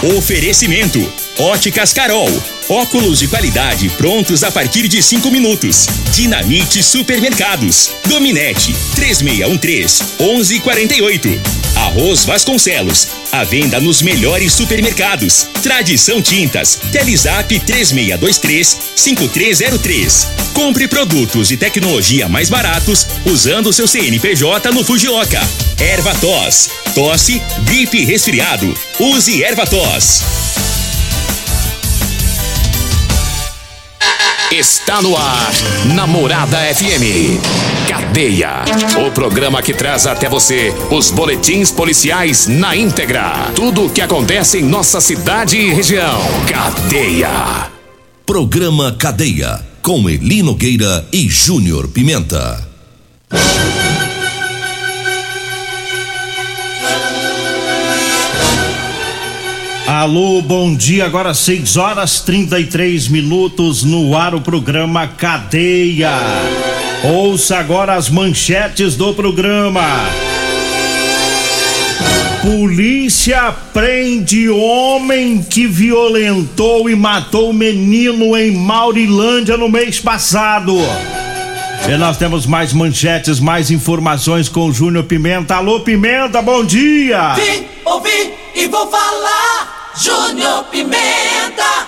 Oferecimento: Óticas Carol. Óculos de qualidade prontos a partir de 5 minutos. Dinamite Supermercados. Dominete 3613-1148. Arroz Vasconcelos. À venda nos melhores supermercados. Tradição Tintas. Telezap 3623-5303. Compre produtos e tecnologia mais baratos usando seu CNPJ no Fujioka. Ervatos. Tosse, gripe e resfriado. Use Ervatos. Está no ar, Namorada FM. Cadeia. O programa que traz até você os boletins policiais na íntegra. Tudo o que acontece em nossa cidade e região. Cadeia. Programa Cadeia, com Eli Nogueira e Júnior Pimenta. Alô, bom dia, agora 6h33 no ar o programa Cadeia. Ouça agora as manchetes do programa. Polícia prende homem que violentou e matou menino em Maurilândia no mês passado. E nós temos mais manchetes, mais informações com o Júnior Pimenta. Alô, Pimenta, bom dia! Vim, ouvi e vou falar, Júnior Pimenta!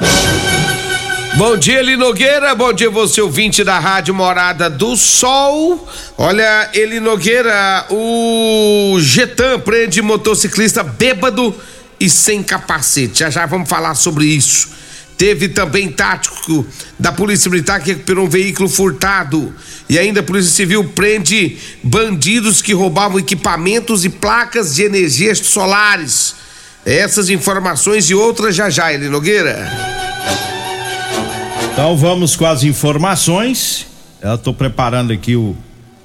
Bom dia, Eli Nogueira, bom dia você ouvinte da Rádio Morada do Sol. Olha, Eli Nogueira, o Getan prende motociclista bêbado e sem capacete. Já vamos falar sobre isso. Teve também tático da Polícia Militar que recuperou um veículo furtado. E ainda a Polícia Civil prende bandidos que roubavam equipamentos e placas de energias solares. Essas informações e outras já, Eli Nogueira. Então vamos com as informações. Eu tô preparando aqui o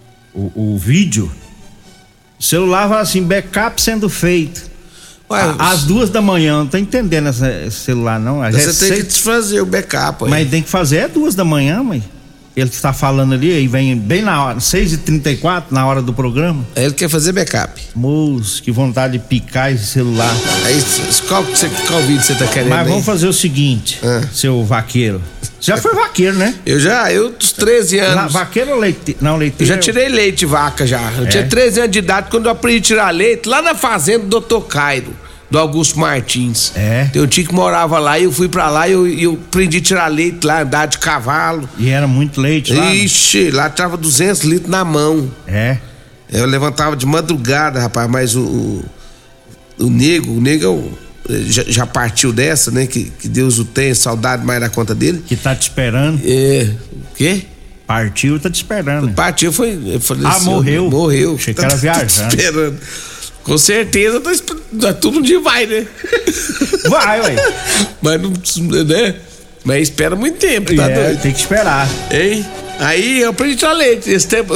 vídeo. O celular vai assim, backup sendo feito. Ué, às 2h, não tô entendendo esse celular não. Você tem que desfazer o backup aí. Mas tem que fazer 2h, mãe. Ele está falando ali, aí vem bem na hora, 6h34, na hora do programa. Ele quer fazer backup. Moço, que vontade de picar esse celular. Aí, qual vídeo você tá querendo? Mas vamos fazer o seguinte, seu vaqueiro. Você já foi vaqueiro, né? Eu dos 13 anos. Vaqueiro ou leite? Não, leiteiro. Eu já tirei leite de vaca já. Eu tinha 13 anos de idade quando eu aprendi a tirar leite lá na fazenda do Dr. Cairo, do Augusto Martins. Tem um tio que morava lá e eu fui pra lá e eu aprendi a tirar leite lá, andar de cavalo. E era muito leite lá? Ixi, lá tirava 200 litros na mão. Eu levantava de madrugada, rapaz, mas o nego já partiu dessa, né? Que Deus o tenha, saudade mais na conta dele. Que tá te esperando. O quê? Partiu, tá te esperando. Partiu, morreu. Morreu. Achei que era viajando. Esperando. Com certeza, todo dia vai, né? Vai, ué. Mas não, né? Mas espera muito tempo, tá doido? Tem que esperar. Hein? Aí eu aprendi a tirar leite. Esse tempo,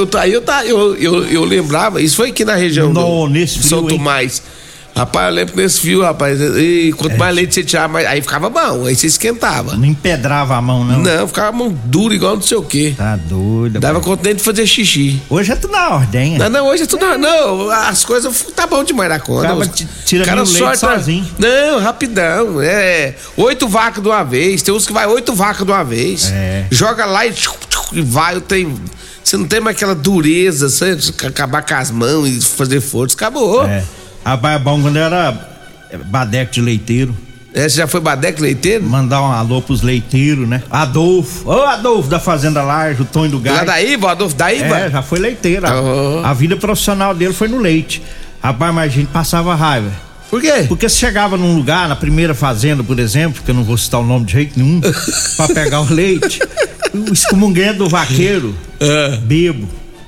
eu lembrava, isso foi aqui na região nesse de São Tomás. Rapaz, eu lembro nesse fio, rapaz. E quanto mais leite você tirava, aí ficava bom, aí você esquentava. Não empedrava a mão, não? Não, ficava a mão dura, igual não sei o quê. Tá doido. Dava contente de fazer xixi. Hoje é tudo na ordem. Não, hoje é tudo na. Não, as coisas tá bom demais na conta. Tira o leite sozinho. Não, rapidão. 8 vacas de uma vez. Tem uns que vai 8 vacas de uma vez. Joga lá e vai. Você não tem mais aquela dureza, sabe? Acabar com as mãos e fazer força. Acabou. Rapaz, é bom quando eu era badeco de leiteiro. Você já foi badeco leiteiro? Mandar um alô pros leiteiros, né? Adolfo. Ô, Adolfo da Fazenda Larga, o Tonho do Gás. Lá da Iva, Adolfo da Iva? Já foi leiteiro. A vida profissional dele foi no leite. Rapaz, mas a gente passava raiva. Por quê? Porque você chegava num lugar, na primeira fazenda, por exemplo, que eu não vou citar o nome de jeito nenhum, pra pegar o leite, o excomunguento do vaqueiro, bebo.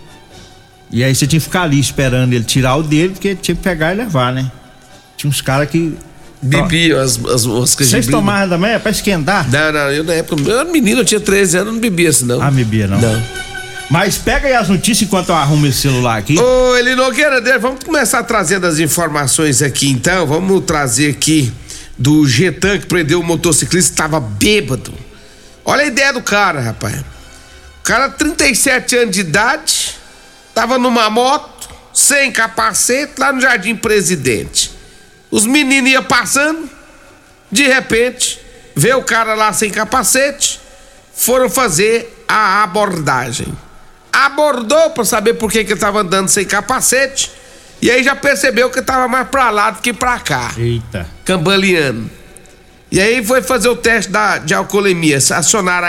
E aí você tinha que ficar ali esperando ele tirar o dele, porque tinha que pegar e levar, né? Tinha uns caras que bebiam as Vocês tomavam também? É pra esquentar? Não, eu na época, eu era menino, eu tinha 13 anos, não bebia assim não. Bebia não? Não. Mas pega aí as notícias enquanto eu arrumo esse celular aqui. Ô, Eli Nogueira, vamos começar trazendo as informações aqui então. Vamos trazer aqui do Getan que prendeu o motociclista que estava bêbado. Olha a ideia do cara, rapaz. O cara, 37 anos de idade, tava numa moto, sem capacete, lá no Jardim Presidente. Os meninos iam passando, De repente, vê o cara lá sem capacete, foram fazer a abordagem. Abordou para saber por que ele estava andando sem capacete, e aí já percebeu que estava mais para lá do que para cá. Eita. Cambaleando. E aí foi fazer o teste de alcoolemia, acionaram a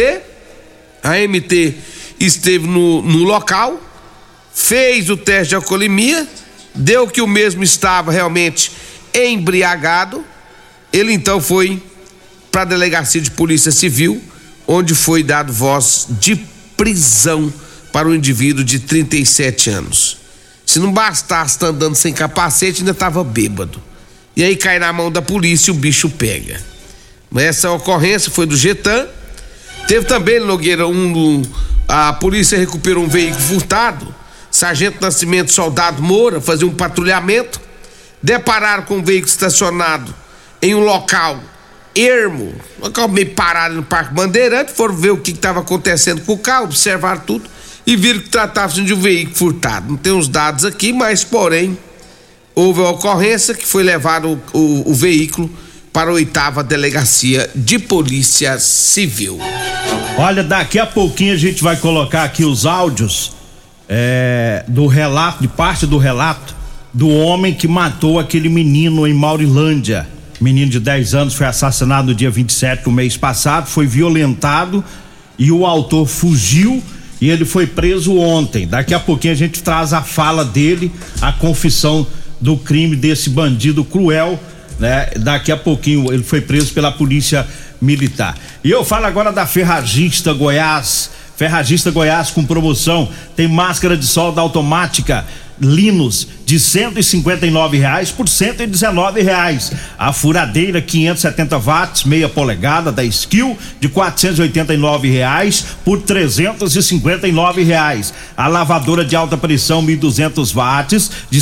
MT esteve no local, fez o teste de alcoolemia, deu que o mesmo estava realmente embriagado. Ele então foi para a delegacia de polícia civil, onde foi dado voz de prisão para o indivíduo de 37 anos. Se não bastasse estar andando sem capacete, ainda estava bêbado. E aí cai na mão da polícia e o bicho pega. Essa ocorrência foi do Getan. Teve também, Nogueira, a polícia recuperou um veículo furtado. Sargento Nascimento, Soldado Moura, fazia um patrulhamento. Depararam com um veículo estacionado em um local ermo, local meio parado no Parque Bandeirante. Foram ver o que estava acontecendo com o carro, observaram tudo e viram que tratava-se de um veículo furtado. Não tem os dados aqui, mas porém houve a ocorrência que foi levado o veículo para a 8ª Delegacia de Polícia Civil. Olha, daqui a pouquinho a gente vai colocar aqui os áudios do relato, de parte do relato do homem que matou aquele menino em Maurilândia. Menino de 10 anos foi assassinado no dia 27 do mês passado, foi violentado e o autor fugiu. E ele foi preso ontem. Daqui a pouquinho a gente traz a fala dele, a confissão do crime desse bandido cruel, né? Daqui a pouquinho ele foi preso pela polícia militar. E eu falo agora da Ferragista Goiás. Ferragista Goiás com promoção. Tem máscara de solda automática Linus de R$159 por R$119. A furadeira 570 watts, meia polegada da Skill de R$489 por R$359. A lavadora de alta pressão 1.200 watts de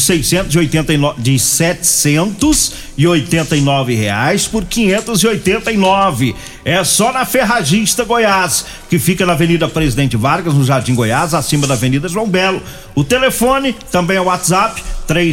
R$789 por R$589. É só na Ferragista Goiás, que fica na Avenida Presidente Vargas, no Jardim Goiás, acima da Avenida João Belo. O telefone também é o WhatsApp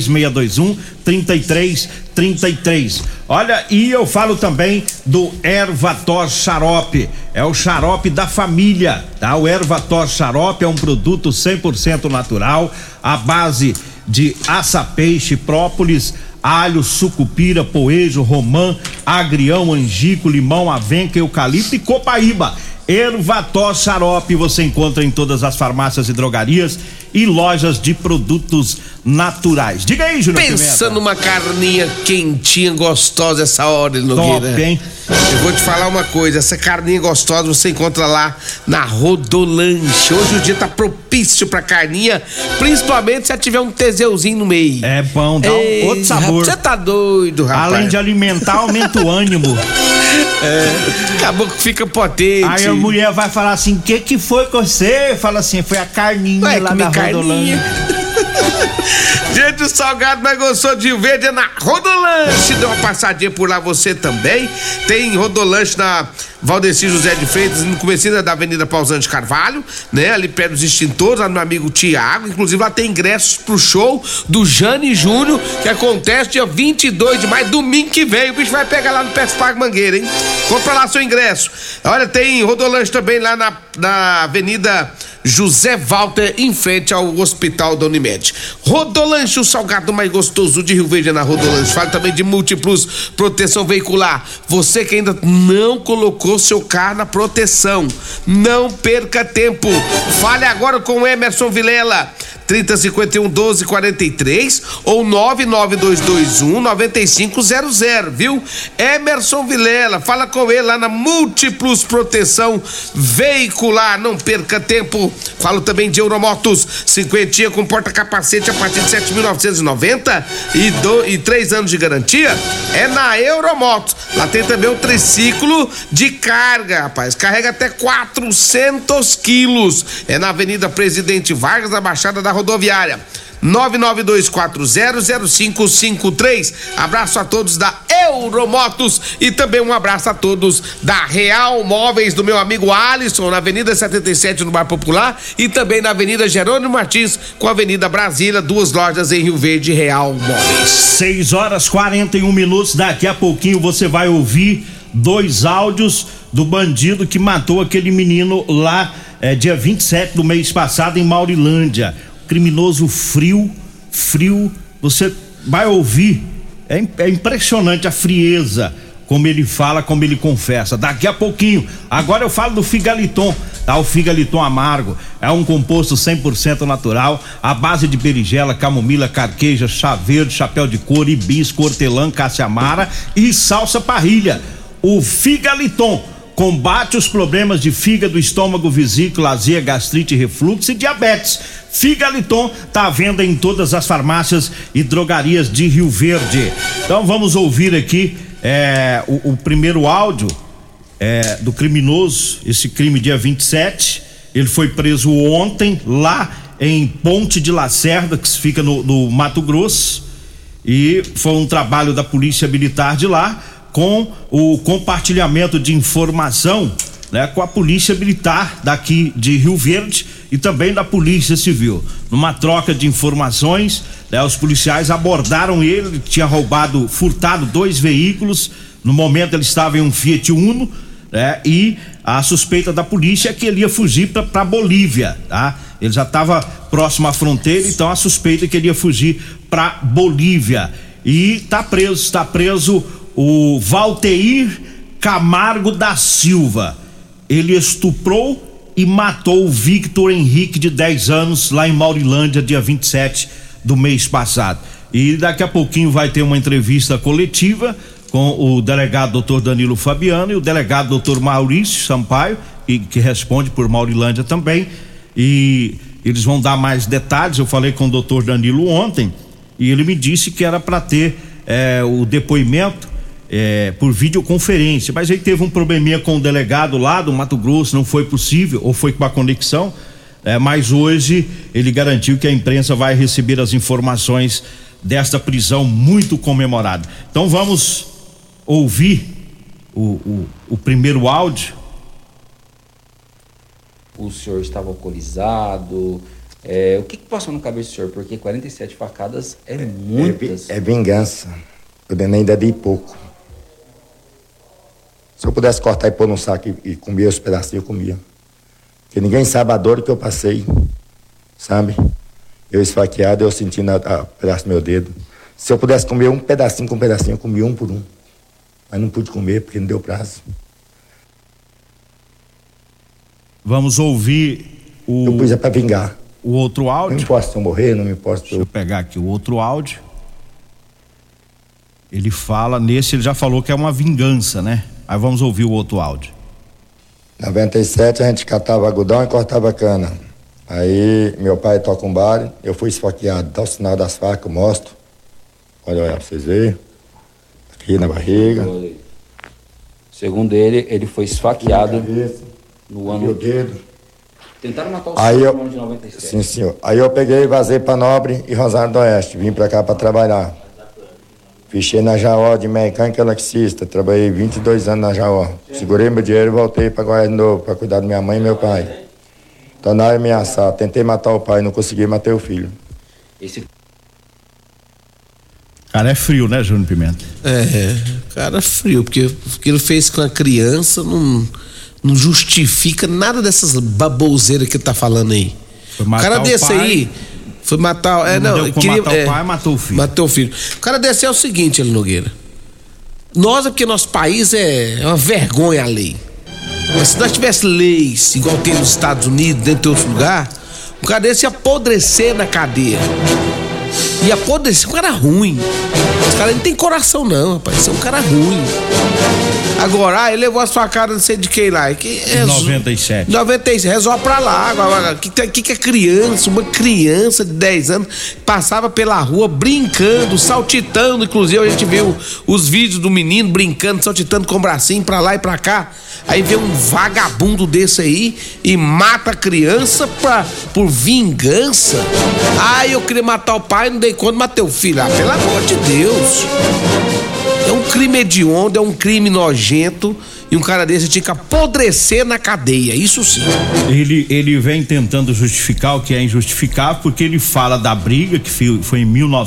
3621-3333. Olha, e eu falo também do Ervator Xarope. É o xarope da família, tá? O Ervator Xarope é um produto 100% natural, à base de aça-peixe, própolis, alho, sucupira, poejo, romã, agrião, angico, limão, avenca, eucalipto e copaíba. Ervator Xarope você encontra em todas as farmácias e drogarias e lojas de produtos naturais. Diga aí, Júnior Pimenta. Pensa numa carninha quentinha, gostosa essa hora, Nogueira. Top, hein? Eu vou te falar uma coisa, essa carninha gostosa você encontra lá na Rodolanche. Hoje o dia tá propício pra carninha, principalmente se tiver um teseuzinho no meio. É bom, dá outro sabor. Você tá doido, rapaz. Além de alimentar, aumenta o ânimo. Acabou que fica potente. Aí a mulher vai falar assim, que foi com você? Fala assim, foi a carninha lá da Rodolanche. Dia de salgado mais gostoso de verde é na Rodolanche. Dê uma passadinha por lá você também. Tem Rodolanche na Valdeci José de Freitas, no comecinho da Avenida Pausante Carvalho, né? Ali perto dos extintores, lá no meu amigo Tiago. Inclusive lá tem ingressos pro show do Jane Júnior, que acontece dia 22 de maio, domingo que vem. O bicho vai pegar lá no Pespark Mangueira, hein? Compra lá seu ingresso. Olha, tem Rodolanche também lá na Avenida José Walter, em frente ao Hospital da Unimed. Rodolanche, o salgado mais gostoso de Rio Verde na Rodolanche. Fala também de Múltiplus Proteção Veicular. Você que ainda não colocou seu carro na proteção, não perca tempo. Fale agora com o Emerson Vilela. 3051-1243 ou 99221-9500, viu? Emerson Vilela, fala com ele lá na Múltiplus Proteção Veicular, não perca tempo. Falo também de Euromotos, 50 com porta-capacete a partir de 7.990 e 3 anos de garantia, é na Euromotos. Lá tem também o triciclo de carga, rapaz, carrega até 400 quilos, é na Avenida Presidente Vargas, na Baixada da Rodoviária. 992400553. Abraço a todos da Euromotos e também um abraço a todos da Real Móveis do meu amigo Alisson, na Avenida 77 no Bairro Popular e também na Avenida Jerônimo Martins com a Avenida Brasília, 2 lojas em Rio Verde, Real Móveis. 6h41. Daqui a pouquinho você vai ouvir 2 áudios do bandido que matou aquele menino lá dia 27 do mês passado em Maurilândia. Criminoso frio, você vai ouvir, é impressionante a frieza, como ele fala, como ele confessa. Daqui a pouquinho, agora eu falo do Figaliton, tá? O Figaliton amargo é um composto 100% natural, à base de berinjela, camomila, carqueja, chá verde, chapéu de couro, hibisco, hortelã, caça-amara e salsa parrilha. O Figaliton combate os problemas de fígado, estômago, vesícula, azia, gastrite, refluxo e diabetes. Figaliton tá à venda em todas as farmácias e drogarias de Rio Verde. Então vamos ouvir aqui o primeiro áudio do criminoso. Esse crime dia 27, ele foi preso ontem lá em Ponte de Lacerda, que fica no Mato Grosso, e foi um trabalho da Polícia Militar de lá, com o compartilhamento de informação, né, com a Polícia Militar daqui de Rio Verde e também da Polícia Civil. Numa troca de informações, né, os policiais abordaram ele tinha furtado 2 veículos. No momento ele estava em um Fiat Uno, né, e a suspeita da polícia é que ele ia fugir para Bolívia, tá? Ele já estava próximo à fronteira, então a suspeita é que ele ia fugir para Bolívia. E tá preso o Valteir Camargo da Silva. Ele estuprou e matou o Victor Henrique, de 10 anos, lá em Maurilândia, dia 27 do mês passado. E daqui a pouquinho vai ter uma entrevista coletiva com o delegado Dr. Danilo Fabiano e o delegado Dr. Maurício Sampaio, que responde por Maurilândia também, e eles vão dar mais detalhes. Eu falei com o Dr. Danilo ontem e ele me disse que era para ter o depoimento por videoconferência, mas aí teve um probleminha com o delegado lá do Mato Grosso, não foi possível, ou foi com a conexão, mas hoje ele garantiu que a imprensa vai receber as informações desta prisão muito comemorada. Então vamos ouvir o primeiro áudio. O senhor estava alcoolizado, o que passou na cabeça do senhor? Porque 47 facadas é muitas. É vingança, eu ainda dei pouco. Se eu pudesse cortar e pôr num saco e comer os pedacinhos, eu comia. Porque ninguém sabe a dor que eu passei, sabe? Eu esfaqueado, eu sentindo o pedaço do meu dedo. Se eu pudesse comer um pedacinho com um pedacinho, eu comia um por um. Mas não pude comer porque não deu prazo. Vamos ouvir eu pus para vingar. O outro áudio. Não me importa se eu morrer, não me importa se Deixa eu pegar aqui o outro áudio. Ele fala, ele já falou que é uma vingança, né? Aí vamos ouvir o outro áudio. 97 a gente catava algodão e cortava cana. Aí meu pai toca um bar, eu fui esfaqueado. Dá o sinal das facas, eu mostro. Pode olhar pra vocês verem. Aqui na barriga. Segundo ele foi esfaqueado no ano. Meu dedo. Tentaram matar o senhor no ano de 97. Sim, senhor. Aí eu peguei e vazei pra Nobre e Rosário do Oeste. Vim pra cá pra trabalhar. Fichei na Jaó de mecânica eletricista. Trabalhei 22 anos na Jaó. Segurei meu dinheiro e voltei pra Goiás de novo, pra cuidar da minha mãe e meu pai. Tornaram ameaçar. Tentei matar o pai, não consegui, matei o filho. Cara, é frio, né, Júnior Pimenta? Cara, frio, porque o que ele fez com a criança não justifica nada dessas baboseiras que ele tá falando aí. O cara desse aí foi matar. Matar o pai, matou o filho. Matou o filho. O cara desse é o seguinte, Eli Nogueira. Nós é porque nosso país é uma vergonha a lei. Mas se nós tivesse leis igual tem nos Estados Unidos, dentro de outro lugar, o cara desse ia apodrecer na cadeia. Ia apodrecer, um cara ruim. Esse cara não tem coração não, rapaz. Esse é um cara ruim. Agora, ele levou a sua cara, não sei de quem lá. 97. 97, resolve pra lá. Agora, que é criança? Uma criança de 10 anos passava pela rua brincando, saltitando. Inclusive, a gente viu os vídeos do menino brincando, saltitando com o bracinho pra lá e pra cá. Aí vê um vagabundo desse aí e mata a criança por vingança. Eu queria matar o pai, não dei conta, matei o filho. Pelo amor de Deus. É um crime hediondo, é um crime nojento. E um cara desse tinha que apodrecer na cadeia, isso sim. Ele vem tentando justificar o que é injustificável, porque ele fala da briga que foi em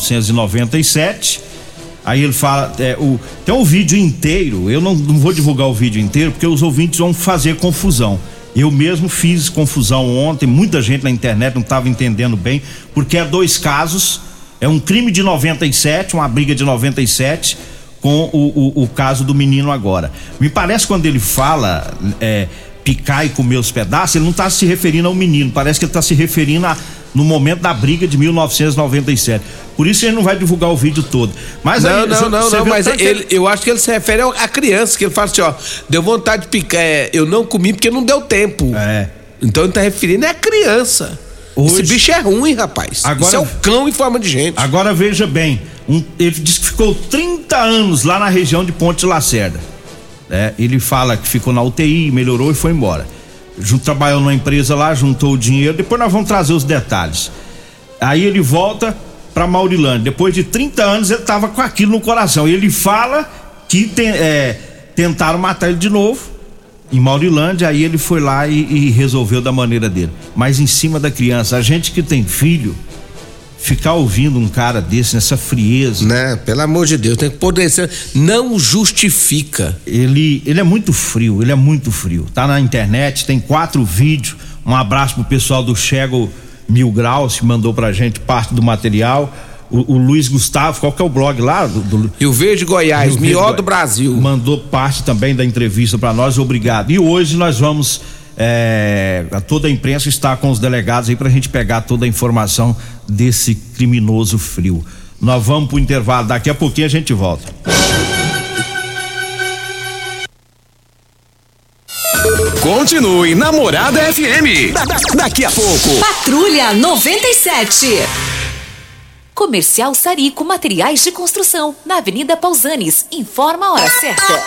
1997. Aí ele fala, tem um vídeo inteiro, eu não vou divulgar o vídeo inteiro, porque os ouvintes vão fazer confusão. Eu mesmo fiz confusão ontem, muita gente na internet não estava entendendo bem, porque é 2 casos, é um crime de 97, uma briga de 97, com o caso do menino agora. Me parece quando ele fala picar e comer os pedaços, ele não está se referindo ao menino, parece que ele está se referindo no momento da briga de 1997. Por isso ele não vai divulgar o vídeo todo. Mas não, mas eu acho que ele se refere à criança, que ele fala assim, deu vontade de picar, eu não comi porque não deu tempo. Então ele tá referindo à criança. Esse bicho é ruim, rapaz. Agora, isso é um cão em forma de gente. Agora veja bem, ele disse que ficou 30 anos lá na região de Ponte Lacerda. Ele fala que ficou na UTI, melhorou e foi embora. Trabalhou numa empresa lá, juntou o dinheiro, depois nós vamos trazer os detalhes. Aí ele volta pra Maurilândia, depois de 30 anos ele tava com aquilo no coração, e ele fala que tentaram matar ele de novo em Maurilândia, aí ele foi lá e resolveu da maneira dele, mas em cima da criança. A gente que tem filho, ficar ouvindo um cara desse nessa frieza, né? Pelo amor de Deus, tem que poder ser, não justifica. Ele é muito frio, tá na internet, tem 4 vídeos. Um abraço pro pessoal do Chego Mil Graus, que mandou pra gente parte do material. O Luiz Gustavo, qual que é o blog lá? Rio Verde, Goiás, melhor do Brasil. Mandou parte também da entrevista pra nós, obrigado. E hoje nós vamos, toda a imprensa está com os delegados aí pra gente pegar toda a informação desse criminoso frio. Nós vamos pro intervalo, daqui a pouquinho a gente volta. Continue na Morada FM. Daqui a pouco. Patrulha 97. Comercial Sarico Materiais de Construção, na Avenida Pausanes. Informa a hora certa.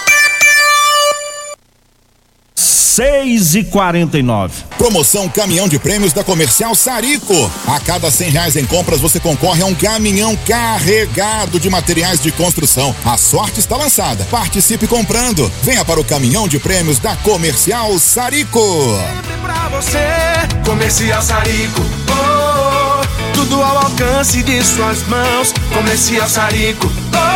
6h49. Promoção Caminhão de Prêmios da Comercial Sarico. A cada R$100 em compras você concorre a um caminhão carregado de materiais de construção. A sorte está lançada. Participe comprando. Venha para o Caminhão de Prêmios da Comercial Sarico. Sempre pra você, Comercial Sarico. Tudo ao alcance de suas mãos. Comercial Sarico.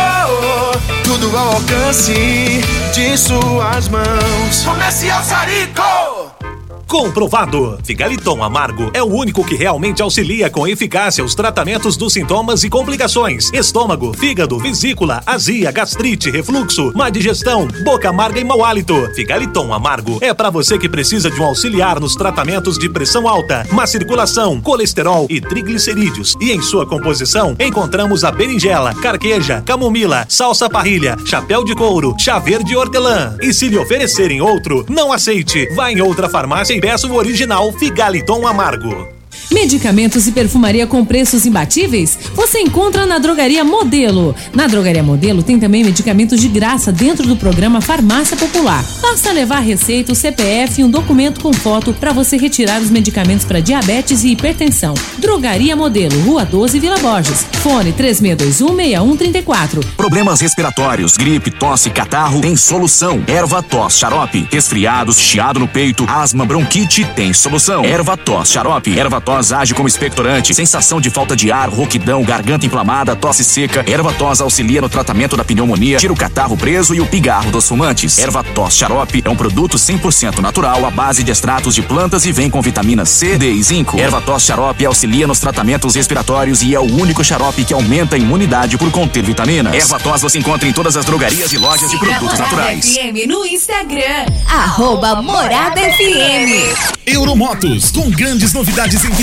Tudo ao alcance de suas mãos. Comercial Sarico. Comprovado. Figaliton Amargo é o único que realmente auxilia com eficácia os tratamentos dos sintomas e complicações: estômago, fígado, vesícula, azia, gastrite, refluxo, má digestão, boca amarga e mau hálito. Figaliton Amargo é para você que precisa de um auxiliar nos tratamentos de pressão alta, má circulação, colesterol e triglicerídeos. E em sua composição encontramos a berinjela, carqueja, camomila, salsa parrilha, chapéu de couro, chá verde e hortelã. E se lhe oferecerem outro, não aceite. Vá em outra farmácia e peça o original Figaliton Amargo. Medicamentos e perfumaria com preços imbatíveis? Você encontra na Drogaria Modelo. Na Drogaria Modelo tem também medicamentos de graça dentro do programa Farmácia Popular. Basta levar receita, o CPF e um documento com foto para você retirar os medicamentos para diabetes e hipertensão. Drogaria Modelo, Rua 12, Vila Borges. Fone 3621-6134. Problemas respiratórios, gripe, tosse, catarro, tem solução. Erva Tos Xarope. Resfriados, chiado no peito, asma, bronquite, tem solução. Erva Tos Xarope. Erva Tos age como expectorante, sensação de falta de ar, rouquidão, garganta inflamada, tosse seca. Erva Tos auxilia no tratamento da pneumonia, tira o catarro preso e o pigarro dos fumantes. Erva Tos Xarope é um produto 100% natural à base de extratos de plantas e vem com vitaminas C, D e zinco. Erva Tos Xarope auxilia nos tratamentos respiratórios e é o único xarope que aumenta a imunidade por conter vitaminas. Erva Tos você encontra em todas as drogarias e lojas de produtos naturais. FM no Instagram, @Morada FM. Euromotos, com grandes novidades em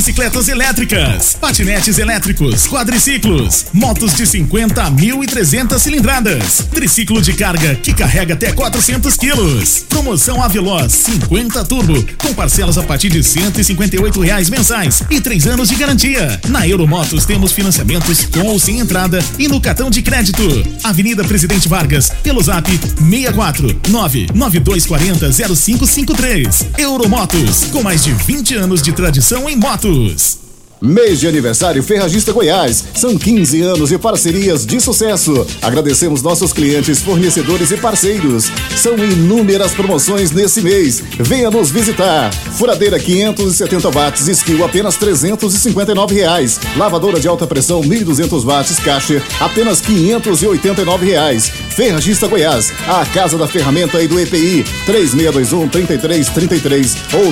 bicicletas elétricas, patinetes elétricos, quadriciclos, motos de 50 a 1.300 cilindradas, triciclo de carga que carrega até 400 quilos. Promoção Aveloz 50 Turbo, com parcelas a partir de R$158 mensais e 3 anos de garantia. Na Euromotos temos financiamentos com ou sem entrada e no cartão de crédito. Avenida Presidente Vargas, pelo zap 64992400553. Euromotos, com mais de 20 anos de tradição em motos. Mês de aniversário Ferragista Goiás. São 15 anos de parcerias de sucesso. Agradecemos nossos clientes, fornecedores e parceiros. São inúmeras promoções nesse mês. Venha nos visitar. Furadeira 570 watts, skill apenas R$359. Lavadora de alta pressão 1.200 watts, caixa apenas R$589. Ferragista Goiás, a casa da ferramenta e do EPI. 3621-3333 ou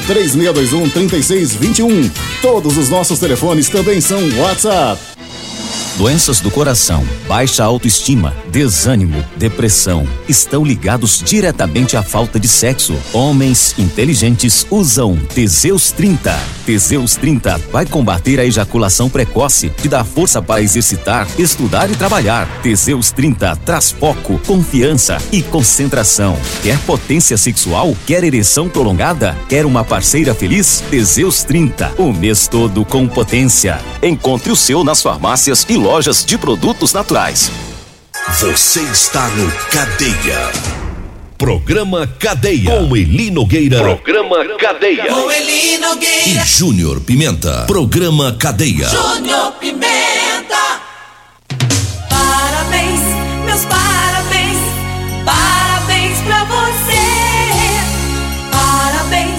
3621-3621. Todos os nossos telefones também são WhatsApp. Doenças do coração, baixa autoestima, desânimo, depressão estão ligados diretamente à falta de sexo. Homens inteligentes usam Teseus 30. Teseus 30 vai combater a ejaculação precoce, te dá força para exercitar, estudar e trabalhar. Teseus 30 traz foco, confiança e concentração. Quer potência sexual? Quer ereção prolongada? Quer uma parceira feliz? Teseus 30, o mês todo com potência. Encontre o seu nas farmácias e lojas de produtos naturais. Você está no Cadeia. Programa Cadeia. Com Eli Nogueira. Programa Cadeia. Com Eli Nogueira e Júnior Pimenta. Programa Cadeia. Júnior Pimenta. Parabéns, meus parabéns. Parabéns pra você. Parabéns.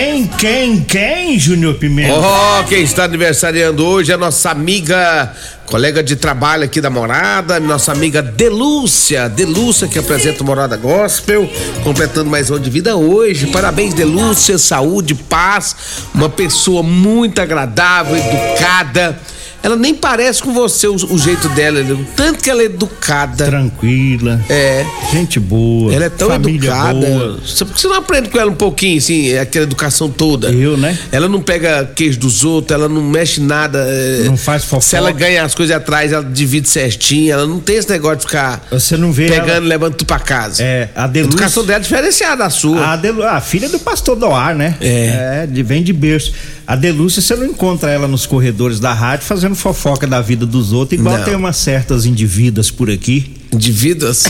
Quem, Júnior Pimenta? Quem está aniversariando hoje é a nossa amiga, colega de trabalho aqui da Morada, nossa amiga Delúcia que apresenta o Morada Gospel, completando mais um ano de vida hoje. Parabéns, Delúcia, saúde, paz, uma pessoa muito agradável, educada. Ela nem parece com você o jeito dela, tanto que ela é educada. Tranquila. É. Gente boa. Ela é tão educada. Boa. Por que você não aprende com ela um pouquinho, assim, aquela educação toda? Né? Ela não pega queijo dos outros, ela não mexe nada. Não faz fofoca. Se ela ganha as coisas atrás, ela divide certinho. Ela não tem esse negócio de ficar você não vê pegando ela... e levando tudo pra casa. A educação dela é diferenciada da sua. A filha do pastor Doar, né? Vem de berço. A Delúcia, você não encontra ela nos corredores da rádio fazendo fofoca da vida dos outros, igual tem umas certas indivíduas por aqui. Indivíduas?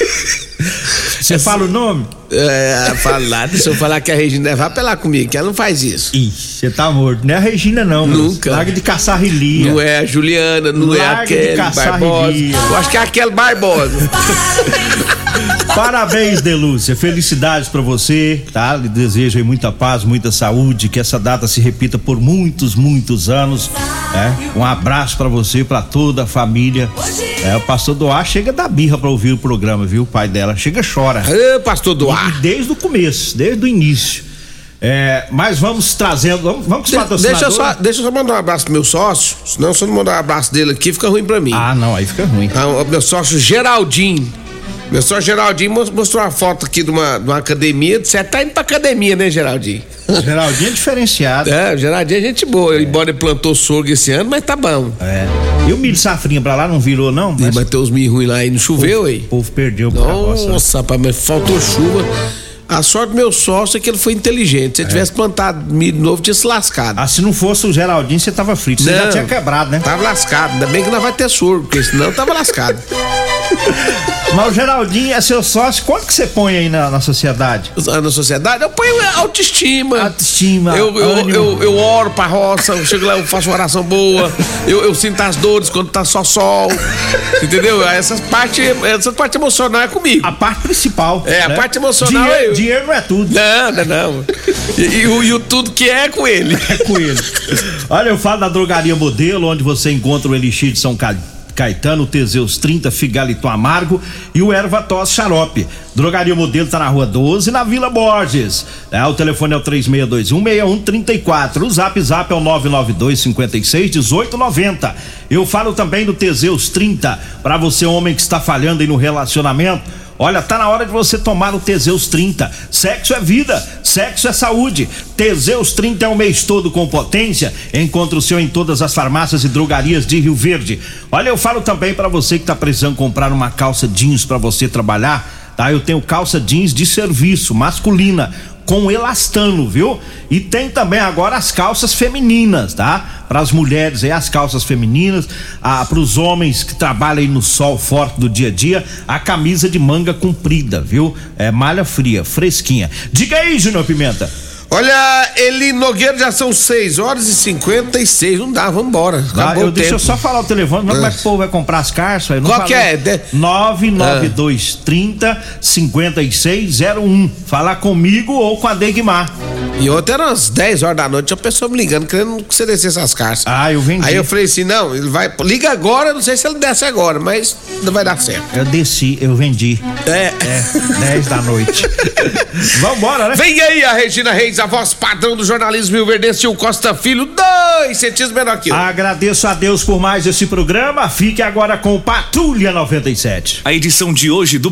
Você fala o nome? Deixa eu falar que a Regina vai apelar comigo, que ela não faz isso. Ih, você tá morto. Não é a Regina, não. Nunca. Larga de caçar rilia. Não é a Juliana, não é aquele Barbosa. Eu acho que é aquele Barbosa. Parabéns, Delúcia. Felicidades pra você, tá? Lhe desejo aí muita paz, muita saúde, que essa data se repita por muitos, muitos anos. Um abraço pra você, pra toda a família. O pastor Doar chega da birra pra ouvir o programa, viu? O pai dela chega, chora. Pastor Doar. E desde o começo, desde o início. Mas vamos trazendo, vamos com os patrocinadores. Deixa eu só mandar um abraço pro meu sócio, senão se eu não mandar um abraço dele aqui, fica ruim pra mim. Não, aí fica ruim. Meu sócio Geraldinho. Meu sócio Geraldinho mostrou uma foto aqui de uma academia. Você tá indo pra academia, né, Geraldinho? Geraldinho é diferenciado. Geraldinho é gente boa. Embora ele plantou sorgo esse ano, mas tá bom. E o milho safrinha pra lá não virou, não? Mas tem os milho ruins lá e não choveu, aí. O povo perdeu pra Nossa, rapaz, mas faltou chuva. A sorte do meu sócio é que ele foi inteligente. Se ele tivesse plantado milho novo, tinha se lascado. Se não fosse o Geraldinho, você tava frito. Você já tinha quebrado, né? Tava lascado. Ainda bem que não vai ter sorgo, porque senão tava lascado. Mas o Geraldinho é seu sócio. Quanto que você põe aí na sociedade? Na sociedade? Eu ponho autoestima. Autoestima. Eu oro pra roça, eu chego lá, eu faço uma oração boa. Eu sinto as dores quando tá só sol. Entendeu? Essa parte emocional é comigo. A parte principal. A parte emocional é eu. Dinheiro não é tudo. Não. E o tudo que é com ele. É com ele. Olha, eu falo da Drogaria Modelo, onde você encontra o Elixir de São Caetano, o Teseus 30, Figalito Amargo e o Erva-Tos Xarope. Drogaria Modelo tá na Rua 12, na Vila Borges. O telefone é o 3621-6134. O zap é o 992-56-1890. Eu falo também do Teseus 30, para você, homem que está falhando aí no relacionamento. Olha, tá na hora de você tomar o Teseus 30. Sexo é vida, sexo é saúde. Teseus 30 é o mês todo com potência. Encontre o seu em todas as farmácias e drogarias de Rio Verde. Olha, eu falo também para você que tá precisando comprar uma calça jeans para você trabalhar, tá? Eu tenho calça jeans de serviço, masculina, com elastano, viu? E tem também agora as calças femininas, tá? Para as mulheres aí, as calças femininas, para os homens que trabalham aí no sol forte do dia a dia, a camisa de manga comprida, viu? É malha fria, fresquinha. Diga aí, Júnior Pimenta. Olha, Eli Nogueira, já são 6h56, não dá, vambora. Acabou o tempo. Deixa eu só falar o telefone, como é que o povo vai comprar as calças? Qual que é? 99230-5601. Falar comigo ou com a Degmar. E ontem eram as 10 horas da noite, tinha uma pessoa me ligando, querendo que você descesse as calças. Eu vendi. Aí eu falei assim, não, ele vai, liga agora, não sei se ele desce agora, mas não vai dar certo. Eu desci, eu vendi. 10 da noite. Vambora, né? Vem aí a Regina Reis, a voz padrão do jornalismo rio-verdense, o Costa Filho, 2 centímetros menor que eu. Agradeço a Deus por mais esse programa. Fique agora com o Patrulha 97. A edição de hoje do